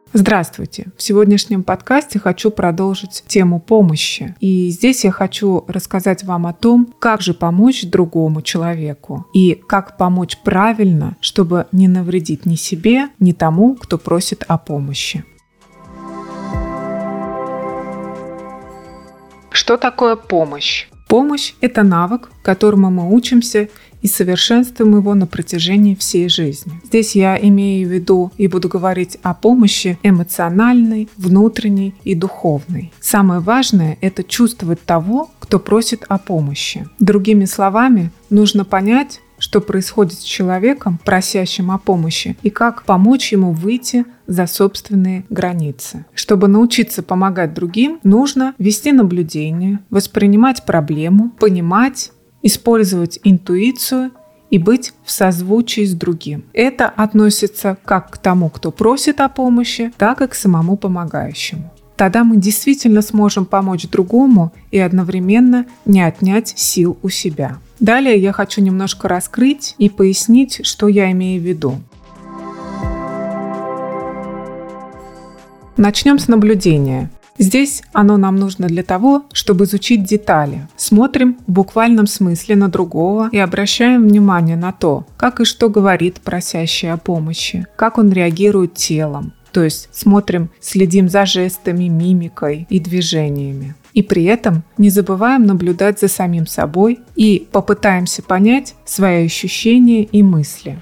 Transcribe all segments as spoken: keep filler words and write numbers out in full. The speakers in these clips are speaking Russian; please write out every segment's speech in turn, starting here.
Здравствуйте! В сегодняшнем подкасте хочу продолжить тему помощи. И здесь я хочу рассказать вам о том, как же помочь другому человеку и как помочь правильно, чтобы не навредить ни себе, ни тому, кто просит о помощи. Что такое помощь? Помощь – это навык, которому мы учимся и совершенствуем его на протяжении всей жизни. Здесь я имею в виду и буду говорить о помощи эмоциональной, внутренней и духовной. Самое важное – это чувствовать того, кто просит о помощи. Другими словами, нужно понять, что происходит с человеком, просящим о помощи, и как помочь ему выйти за собственные границы. Чтобы научиться помогать другим, нужно вести наблюдение, воспринимать проблему, понимать, использовать интуицию и быть в созвучии с другим. Это относится как к тому, кто просит о помощи, так и к самому помогающему. Тогда мы действительно сможем помочь другому и одновременно не отнять сил у себя. Далее я хочу немножко раскрыть и пояснить, что я имею в виду. Начнем с наблюдения. Здесь оно нам нужно для того, чтобы изучить детали. Смотрим в буквальном смысле на другого и обращаем внимание на то, как и что говорит просящий о помощи, как он реагирует телом. То есть смотрим, следим за жестами, мимикой и движениями. И при этом не забываем наблюдать за самим собой и попытаемся понять свои ощущения и мысли.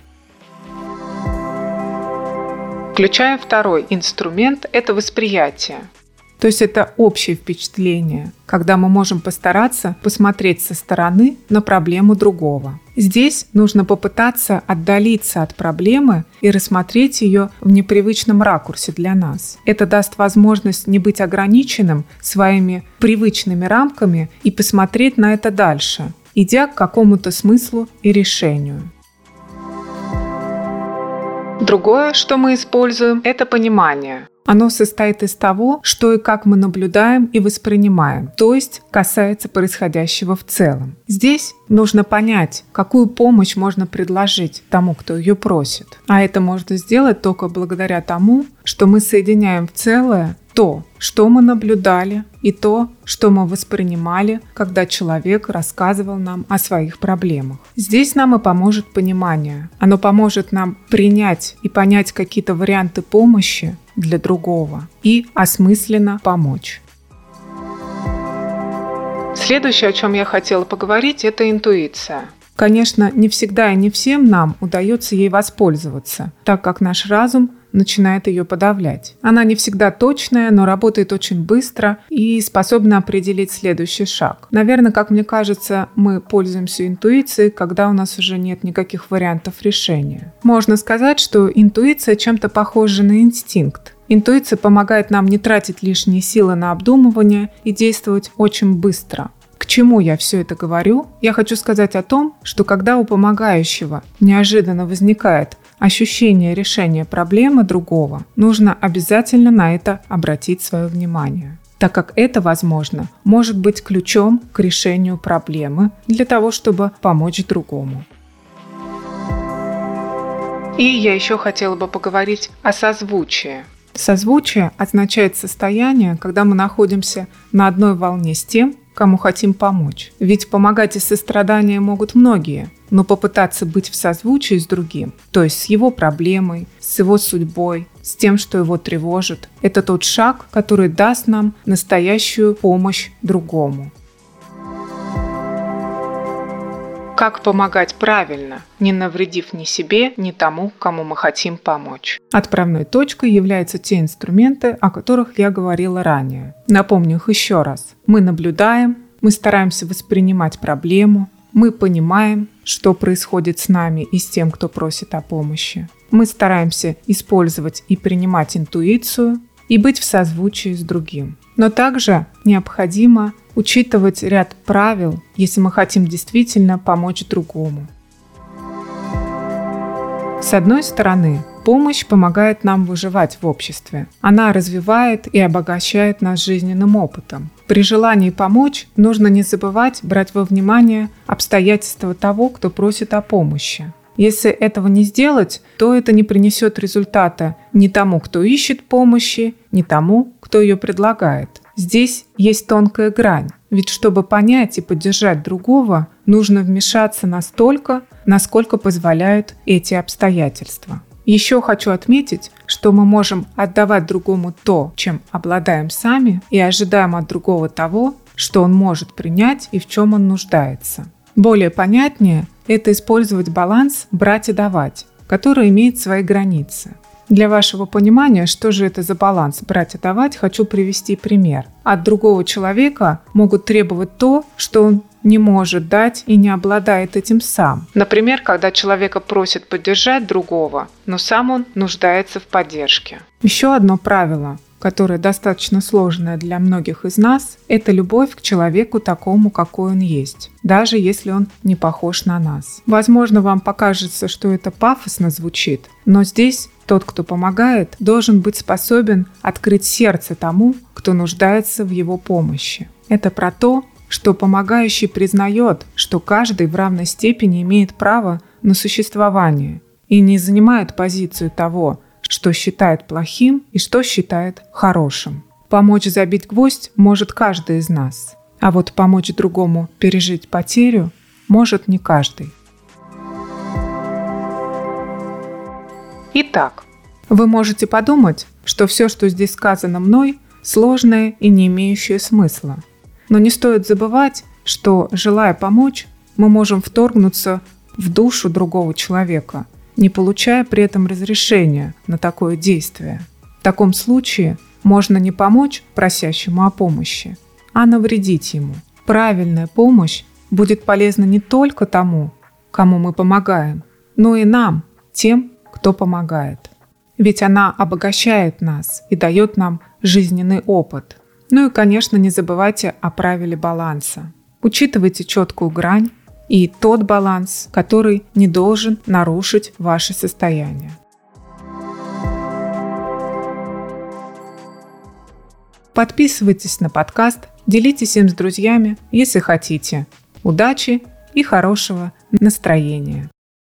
Включаем второй инструмент – это восприятие. То есть это общее впечатление, когда мы можем постараться посмотреть со стороны на проблему другого. Здесь нужно попытаться отдалиться от проблемы и рассмотреть ее в непривычном ракурсе для нас. Это даст возможность не быть ограниченным своими привычными рамками и посмотреть на это дальше, идя к какому-то смыслу и решению. Другое, что мы используем, это понимание. Оно состоит из того, что и как мы наблюдаем и воспринимаем, то есть касается происходящего в целом. Здесь нужно понять, какую помощь можно предложить тому, кто ее просит. А это можно сделать только благодаря тому, что мы соединяем в целое то, что мы наблюдали, и то, что мы воспринимали, когда человек рассказывал нам о своих проблемах. Здесь нам и поможет понимание. Оно поможет нам принять и понять какие-то варианты помощи для другого и осмысленно помочь. Следующее, о чем я хотела поговорить, это интуиция. Конечно, не всегда и не всем нам удается ей воспользоваться, так как наш разум начинает ее подавлять. Она не всегда точная, но работает очень быстро и способна определить следующий шаг. Наверное, как мне кажется, мы пользуемся интуицией, когда у нас уже нет никаких вариантов решения. Можно сказать, что интуиция чем-то похожа на инстинкт. Интуиция помогает нам не тратить лишние силы на обдумывание и действовать очень быстро. К чему я все это говорю? Я хочу сказать о том, что когда у помогающего неожиданно возникает ощущение решения проблемы другого, нужно обязательно на это обратить свое внимание, так как это, возможно, может быть ключом к решению проблемы для того, чтобы помочь другому. И я еще хотела бы поговорить о созвучии. Созвучие означает состояние, когда мы находимся на одной волне с тем, кому хотим помочь. Ведь помогать и сострадание могут многие, но попытаться быть в созвучии с другим, то есть с его проблемой, с его судьбой, с тем, что его тревожит, это тот шаг, который даст нам настоящую помощь другому. Как помогать правильно, не навредив ни себе, ни тому, кому мы хотим помочь? Отправной точкой являются те инструменты, о которых я говорила ранее. Напомню их еще раз. Мы наблюдаем, мы стараемся воспринимать проблему, мы понимаем, что происходит с нами и с тем, кто просит о помощи. Мы стараемся использовать и принимать интуицию и быть в созвучии с другим. Но также необходимо учитывать ряд правил, если мы хотим действительно помочь другому. С одной стороны, помощь помогает нам выживать в обществе. Она развивает и обогащает нас жизненным опытом. При желании помочь нужно не забывать брать во внимание обстоятельства того, кто просит о помощи. Если этого не сделать, то это не принесет результата ни тому, кто ищет помощи, ни тому, кто ее предлагает. Здесь есть тонкая грань, ведь чтобы понять и поддержать другого, нужно вмешаться настолько, насколько позволяют эти обстоятельства. Еще хочу отметить, что мы можем отдавать другому то, чем обладаем сами, и ожидаем от другого того, что он может принять и в чем он нуждается. Более понятнее – это использовать баланс «брать и давать», который имеет свои границы. Для вашего понимания, что же это за баланс «брать и давать», хочу привести пример. От другого человека могут требовать то, что он не может дать и не обладает этим сам. Например, когда человека просят поддержать другого, но сам он нуждается в поддержке. Еще одно правило, которое достаточно сложное для многих из нас, это любовь к человеку такому, какой он есть, даже если он не похож на нас. Возможно, вам покажется, что это пафосно звучит, но здесь тот, кто помогает, должен быть способен открыть сердце тому, кто нуждается в его помощи. Это про то, что помогающий признает, что каждый в равной степени имеет право на существование и не занимает позицию того, что считает плохим и что считает хорошим. Помочь забить гвоздь может каждый из нас, а вот помочь другому пережить потерю может не каждый. Итак, вы можете подумать, что все, что здесь сказано мной, сложное и не имеющее смысла. Но не стоит забывать, что, желая помочь, мы можем вторгнуться в душу другого человека, не получая при этом разрешения на такое действие. В таком случае можно не помочь просящему о помощи, а навредить ему. Правильная помощь будет полезна не только тому, кому мы помогаем, но и нам, тем, кто помогает. Ведь она обогащает нас и дает нам жизненный опыт. Ну и, конечно, не забывайте о правиле баланса. Учитывайте четкую грань и тот баланс, который не должен нарушить ваше состояние. Подписывайтесь на подкаст, делитесь им с друзьями, если хотите. Удачи и хорошего настроения!